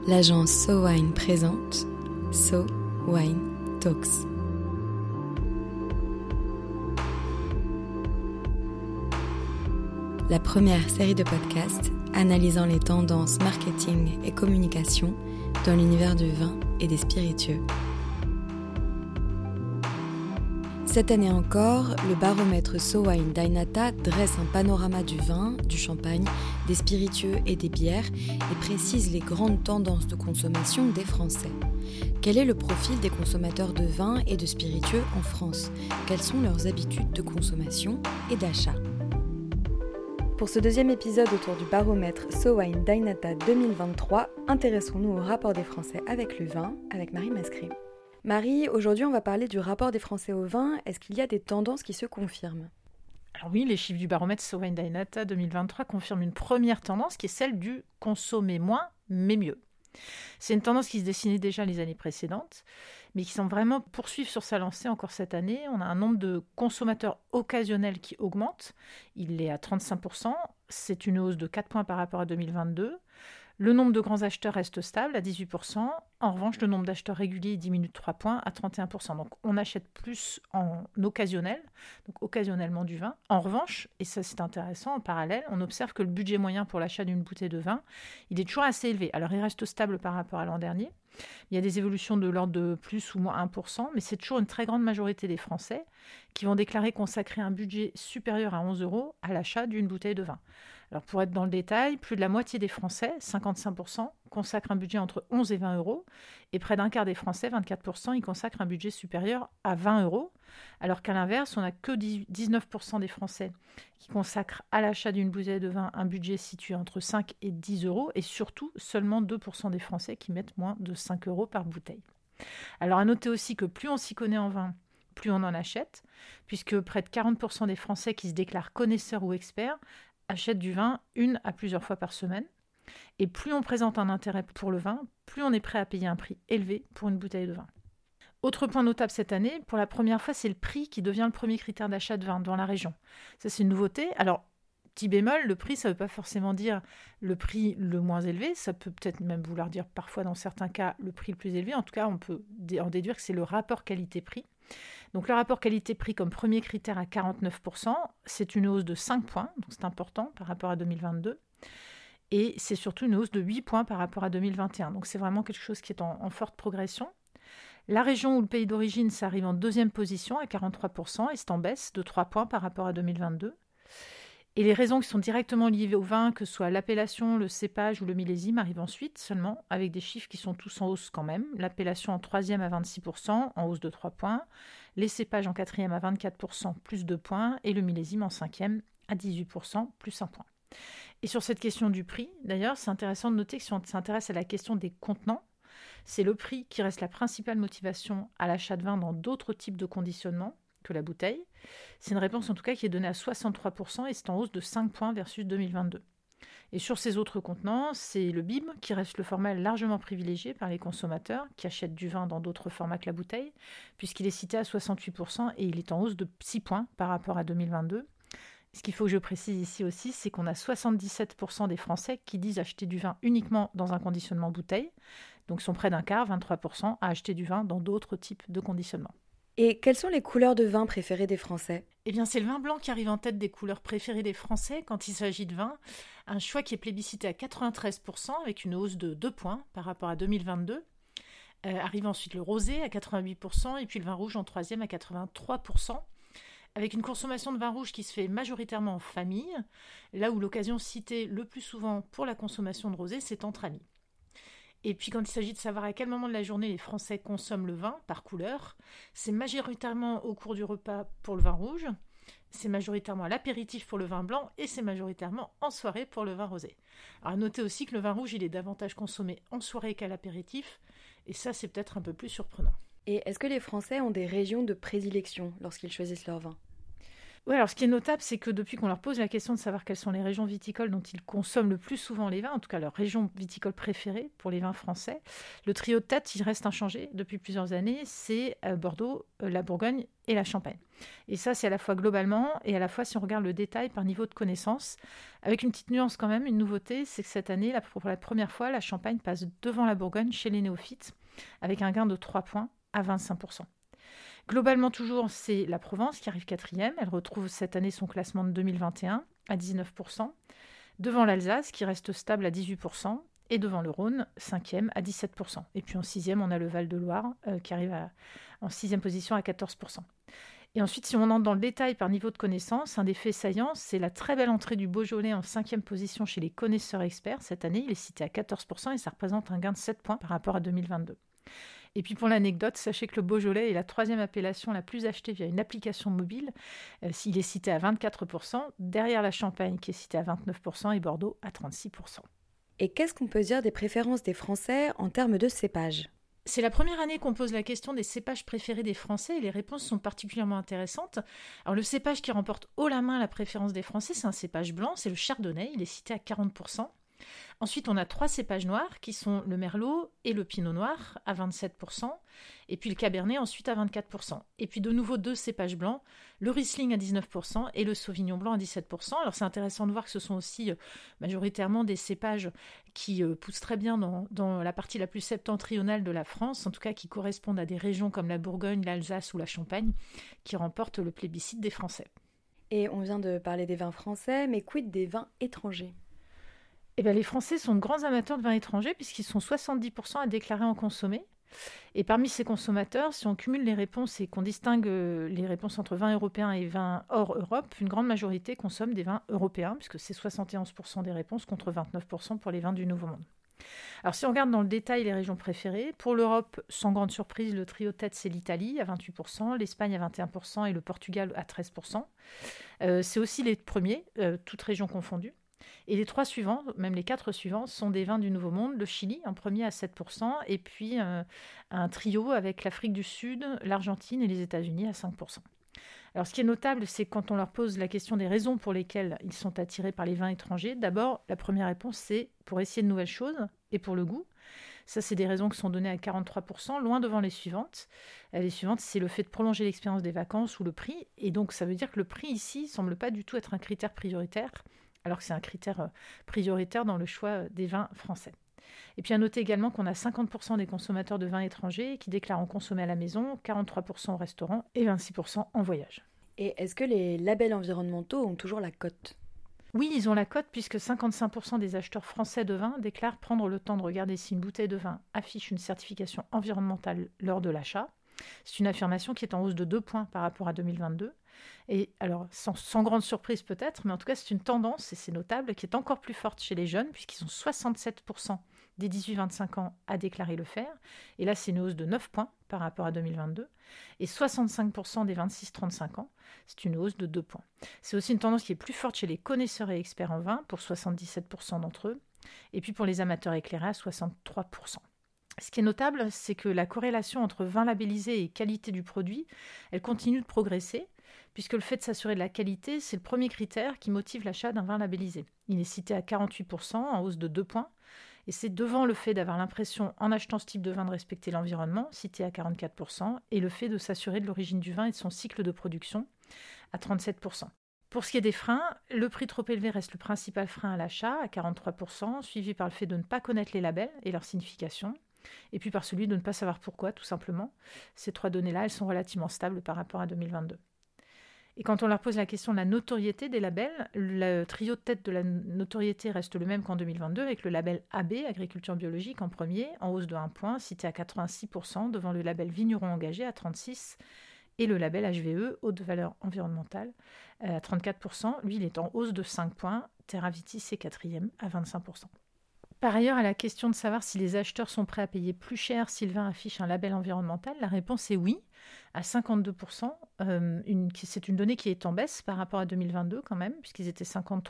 l'agence So Wine présente So Wine Talks. La première série de podcasts analysant les tendances marketing et communication dans l'univers du vin et des spiritueux. Cette année encore, le baromètre So Wine d'Ainata dresse un panorama du vin, du champagne, des spiritueux et des bières et précise les grandes tendances de consommation des Français. Quel est le profil des consommateurs de vin et de spiritueux en France ? Quelles sont leurs habitudes de consommation et d'achat ? Pour ce deuxième épisode autour du baromètre So Wine d'Ainata 2023, intéressons-nous au rapport des Français avec le vin, avec Marie Mascret. Marie, aujourd'hui on va parler du rapport des Français au vin. Est-ce qu'il y a des tendances qui se confirment ? Alors oui, les chiffres du baromètre So Wine d'Ainata 2023 confirment une première tendance qui est celle du consommer moins mais mieux. C'est une tendance qui se dessinait déjà les années précédentes, mais qui semble vraiment poursuivre sur sa lancée encore cette année. On a un nombre de consommateurs occasionnels qui augmente. Il est à 35%. C'est une hausse de 4 points par rapport à 2022. Le nombre de grands acheteurs reste stable à 18%. En revanche, le nombre d'acheteurs réguliers diminue de 3 points à 31%. Donc, on achète plus en occasionnel, donc occasionnellement du vin. En revanche, et ça c'est intéressant, en parallèle, on observe que le budget moyen pour l'achat d'une bouteille de vin, il est toujours assez élevé. Alors, il reste stable par rapport à l'an dernier. Il y a des évolutions de l'ordre de plus ou moins 1%, mais c'est toujours une très grande majorité des Français qui vont déclarer consacrer un budget supérieur à 11 € à l'achat d'une bouteille de vin. Alors pour être dans le détail, plus de la moitié des Français, 55%, consacrent un budget entre 11 et 20 €, et près d'un quart des Français, 24%, y consacrent un budget supérieur à 20 €, alors qu'à l'inverse, on n'a que 19% des Français qui consacrent à l'achat d'une bouteille de vin un budget situé entre 5 et 10 €, et surtout seulement 2% des Français qui mettent moins de 5 € par bouteille. Alors à noter aussi que plus on s'y connaît en vin, plus on en achète, puisque près de 40% des Français qui se déclarent connaisseurs ou experts achètent du vin une à plusieurs fois par semaine. Et plus on présente un intérêt pour le vin, plus on est prêt à payer un prix élevé pour une bouteille de vin. Autre point notable cette année, pour la première fois, c'est le prix qui devient le premier critère d'achat de vin dans la région. Ça, c'est une nouveauté. Alors, petit bémol, le prix, ça ne veut pas forcément dire le prix le moins élevé. Ça peut peut-être même vouloir dire parfois, dans certains cas, le prix le plus élevé. En tout cas, on peut en déduire que c'est le rapport qualité-prix. Donc le rapport qualité-prix comme premier critère à 49%, c'est une hausse de 5 points, donc c'est important par rapport à 2022. Et c'est surtout une hausse de 8 points par rapport à 2021. Donc c'est vraiment quelque chose qui est en forte progression. La région ou le pays d'origine, ça arrive en deuxième position à 43% et c'est en baisse de 3 points par rapport à 2022. Et les raisons qui sont directement liées au vin, que ce soit l'appellation, le cépage ou le millésime, arrivent ensuite seulement, avec des chiffres qui sont tous en hausse quand même. L'appellation en troisième à 26%, en hausse de 3 points. Les cépages en quatrième à 24%, plus 2 points. Et le millésime en cinquième à 18%, plus 1 point. Et sur cette question du prix, d'ailleurs, c'est intéressant de noter que si on s'intéresse à la question des contenants, c'est le prix qui reste la principale motivation à l'achat de vin dans d'autres types de conditionnement que la bouteille. C'est une réponse en tout cas qui est donnée à 63% et c'est en hausse de 5 points versus 2022. Et sur ces autres contenants, c'est le bib qui reste le format largement privilégié par les consommateurs qui achètent du vin dans d'autres formats que la bouteille, puisqu'il est cité à 68% et il est en hausse de 6 points par rapport à 2022. Ce qu'il faut que je précise ici aussi, c'est qu'on a 77% des Français qui disent acheter du vin uniquement dans un conditionnement bouteille, donc sont près d'un quart, 23%, à acheter du vin dans d'autres types de conditionnement. Et quelles sont les couleurs de vin préférées des Français ? Eh bien, c'est le vin blanc qui arrive en tête des couleurs préférées des Français quand il s'agit de vin. Un choix qui est plébiscité à 93% avec une hausse de 2 points par rapport à 2022. Arrive ensuite le rosé à 88% et puis le vin rouge en troisième à 83%. Avec une consommation de vin rouge qui se fait majoritairement en famille, là où l'occasion citée le plus souvent pour la consommation de rosé, c'est entre amis. Et puis quand il s'agit de savoir à quel moment de la journée les Français consomment le vin, par couleur, c'est majoritairement au cours du repas pour le vin rouge, c'est majoritairement à l'apéritif pour le vin blanc et c'est majoritairement en soirée pour le vin rosé. Alors à noter aussi que le vin rouge, il est davantage consommé en soirée qu'à l'apéritif, et ça c'est peut-être un peu plus surprenant. Et est-ce que les Français ont des régions de prédilection lorsqu'ils choisissent leur vin ? Oui, alors ce qui est notable, c'est que depuis qu'on leur pose la question de savoir quelles sont les régions viticoles dont ils consomment le plus souvent les vins, en tout cas leur région viticole préférée pour les vins français, le trio de tête, il reste inchangé depuis plusieurs années, c'est Bordeaux, la Bourgogne et la Champagne. Et ça, c'est à la fois globalement et à la fois si on regarde le détail par niveau de connaissance, avec une petite nuance quand même, une nouveauté, c'est que cette année, pour la première fois, la Champagne passe devant la Bourgogne chez les néophytes, avec un gain de 3 points à 25%. Globalement, toujours, c'est la Provence qui arrive quatrième. Elle retrouve cette année son classement de 2021 à 19%. Devant l'Alsace, qui reste stable à 18%. Et devant le Rhône, cinquième à 17%. Et puis en sixième, on a le Val-de-Loire qui arrive en sixième position à 14%. Et ensuite, si on entre dans le détail par niveau de connaissance, un des faits saillants, c'est la très belle entrée du Beaujolais en cinquième position chez les connaisseurs experts. Cette année, il est cité à 14% et ça représente un gain de 7 points par rapport à 2022. Et puis pour l'anecdote, sachez que le Beaujolais est la troisième appellation la plus achetée via une application mobile. Il est cité à 24%, derrière la Champagne qui est citée à 29% et Bordeaux à 36%. Et qu'est-ce qu'on peut dire des préférences des Français en termes de cépages ? C'est la première année qu'on pose la question des cépages préférés des Français et les réponses sont particulièrement intéressantes. Alors le cépage qui remporte haut la main la préférence des Français, c'est un cépage blanc, c'est le Chardonnay, il est cité à 40%. Ensuite, on a 3 cépages noirs qui sont le Merlot et le Pinot Noir à 27%, et puis le Cabernet ensuite à 24%. Et puis de nouveau 2 cépages blancs, le Riesling à 19% et le Sauvignon Blanc à 17%. Alors c'est intéressant de voir que ce sont aussi majoritairement des cépages qui poussent très bien dans la partie la plus septentrionale de la France, en tout cas qui correspondent à des régions comme la Bourgogne, l'Alsace ou la Champagne, qui remportent le plébiscite des Français. Et on vient de parler des vins français, mais quid des vins étrangers ? Eh bien, les Français sont de grands amateurs de vins étrangers puisqu'ils sont 70% à déclarer en consommer. Et parmi ces consommateurs, si on cumule les réponses et qu'on distingue les réponses entre vins européens et vins hors Europe, une grande majorité consomme des vins européens puisque c'est 71% des réponses contre 29% pour les vins du Nouveau Monde. Alors si on regarde dans le détail les régions préférées, pour l'Europe, sans grande surprise, le trio de tête c'est l'Italie à 28%, l'Espagne à 21% et le Portugal à 13%. C'est aussi les premiers, toutes régions confondues. Et les 3 suivants, même les 4 suivants, sont des vins du Nouveau Monde. Le Chili, en premier à 7%, et puis un trio avec l'Afrique du Sud, l'Argentine et les États-Unis à 5%. Alors ce qui est notable, c'est quand on leur pose la question des raisons pour lesquelles ils sont attirés par les vins étrangers, d'abord, la première réponse, c'est pour essayer de nouvelles choses et pour le goût. Ça, c'est des raisons qui sont données à 43%, loin devant les suivantes. Les suivantes, c'est le fait de prolonger l'expérience des vacances ou le prix. Et donc, ça veut dire que le prix ici ne semble pas du tout être un critère prioritaire, alors que c'est un critère prioritaire dans le choix des vins français. Et puis à noter également qu'on a 50% des consommateurs de vins étrangers qui déclarent en consommer à la maison, 43% au restaurant et 26% en voyage. Et est-ce que les labels environnementaux ont toujours la cote ? Oui, ils ont la cote puisque 55% des acheteurs français de vin déclarent prendre le temps de regarder si une bouteille de vin affiche une certification environnementale lors de l'achat. C'est une affirmation qui est en hausse de 2 points par rapport à 2022. Et alors, sans grande surprise peut-être, mais en tout cas, c'est une tendance, et c'est notable, qui est encore plus forte chez les jeunes, puisqu'ils sont 67% des 18-25 ans à déclarer le faire. Et là, c'est une hausse de 9 points par rapport à 2022. Et 65% des 26-35 ans, c'est une hausse de 2 points. C'est aussi une tendance qui est plus forte chez les connaisseurs et experts en vin, pour 77% d'entre eux. Et puis pour les amateurs éclairés, à 63%. Ce qui est notable, c'est que la corrélation entre vin labellisé et qualité du produit, elle continue de progresser, puisque le fait de s'assurer de la qualité, c'est le premier critère qui motive l'achat d'un vin labellisé. Il est cité à 48%, en hausse de 2 points, et c'est devant le fait d'avoir l'impression, en achetant ce type de vin, de respecter l'environnement, cité à 44%, et le fait de s'assurer de l'origine du vin et de son cycle de production, à 37%. Pour ce qui est des freins, le prix trop élevé reste le principal frein à l'achat, à 43%, suivi par le fait de ne pas connaître les labels et leur signification, et puis par celui de ne pas savoir pourquoi, tout simplement. Ces 3 données-là, elles sont relativement stables par rapport à 2022. Et quand on leur pose la question de la notoriété des labels, le trio de tête de la notoriété reste le même qu'en 2022, avec le label AB, Agriculture biologique, en premier, en hausse de 1 point, cité à 86%, devant le label Vigneron engagé à 36%, et le label HVE, haute valeur environnementale, à 34%. Lui, il est en hausse de 5 points, Terra Vitis est 4e à 25%. Par ailleurs, à la question de savoir si les acheteurs sont prêts à payer plus cher si le vin affiche un label environnemental, la réponse est oui, à 52%. C'est une donnée qui est en baisse par rapport à 2022 quand même, puisqu'ils étaient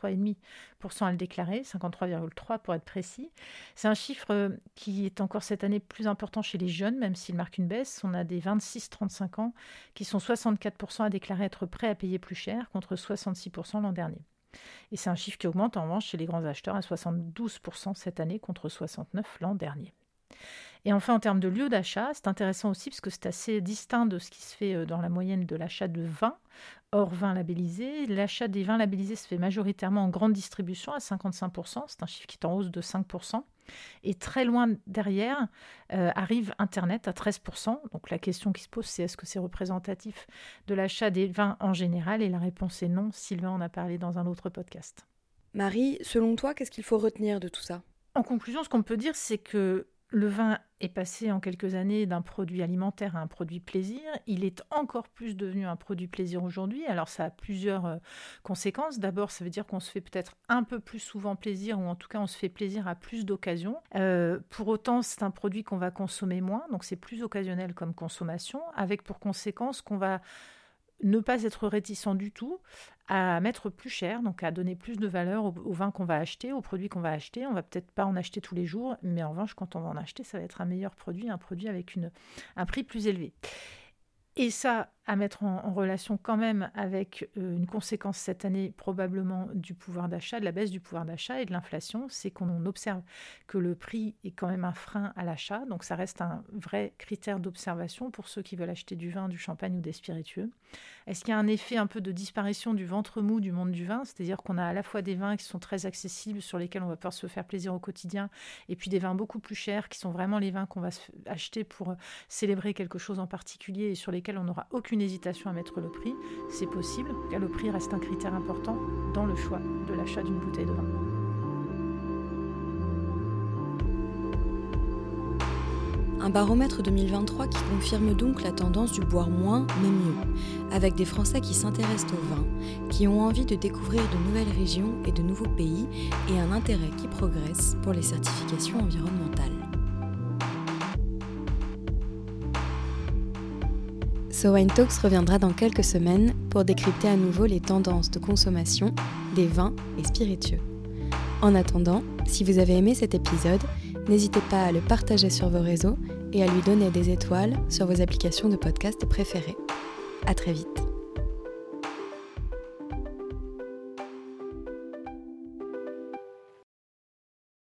53,5% à le déclarer, 53,3% pour être précis. C'est un chiffre qui est encore cette année plus important chez les jeunes, même s'il marque une baisse. On a des 26-35 ans qui sont 64% à déclarer être prêts à payer plus cher, contre 66% l'an dernier. Et c'est un chiffre qui augmente en revanche chez les grands acheteurs à 72% cette année contre 69% l'an dernier. Et enfin, en termes de lieu d'achat, c'est intéressant aussi parce que c'est assez distinct de ce qui se fait dans la moyenne de l'achat de vins, hors vins labellisés. L'achat des vins labellisés se fait majoritairement en grande distribution à 55%, c'est un chiffre qui est en hausse de 5%. Et très loin derrière arrive Internet à 13%. Donc la question qui se pose, c'est est-ce que c'est représentatif de l'achat des vins en général ? Et la réponse est non. Sylvain en a parlé dans un autre podcast. Marie, selon toi, qu'est-ce qu'il faut retenir de tout ça ? En conclusion, ce qu'on peut dire, c'est que le vin est passé en quelques années d'un produit alimentaire à un produit plaisir. Il est encore plus devenu un produit plaisir aujourd'hui. Alors ça a plusieurs conséquences. D'abord, ça veut dire qu'on se fait peut-être un peu plus souvent plaisir, ou en tout cas on se fait plaisir à plus d'occasions. Pour autant, c'est un produit qu'on va consommer moins, donc c'est plus occasionnel comme consommation, avec pour conséquence qu'on va ne pas être réticent du tout à mettre plus cher, donc à donner plus de valeur au vin qu'on va acheter, aux produits qu'on va acheter. On va peut-être pas en acheter tous les jours, mais en revanche, quand on va en acheter, ça va être un meilleur produit, un produit avec un prix plus élevé. Et ça, à mettre en relation quand même avec une conséquence cette année probablement du pouvoir d'achat, de la baisse du pouvoir d'achat et de l'inflation, c'est qu'on observe que le prix est quand même un frein à l'achat, donc ça reste un vrai critère d'observation pour ceux qui veulent acheter du vin, du champagne ou des spiritueux. Est-ce qu'il y a un effet un peu de disparition du ventre mou du monde du vin, c'est-à-dire qu'on a à la fois des vins qui sont très accessibles, sur lesquels on va pouvoir se faire plaisir au quotidien, et puis des vins beaucoup plus chers, qui sont vraiment les vins qu'on va acheter pour célébrer quelque chose en particulier et sur lesquels on n'aura aucune hésitation à mettre le prix? C'est possible, car le prix reste un critère important dans le choix de l'achat d'une bouteille de vin. Un baromètre 2023 qui confirme donc la tendance du boire moins mais mieux, avec des Français qui s'intéressent au vin, qui ont envie de découvrir de nouvelles régions et de nouveaux pays, et un intérêt qui progresse pour les certifications environnementales. So Wine Talks reviendra dans quelques semaines pour décrypter à nouveau les tendances de consommation des vins et spiritueux. En attendant, si vous avez aimé cet épisode, n'hésitez pas à le partager sur vos réseaux et à lui donner des étoiles sur vos applications de podcast préférées. À très vite.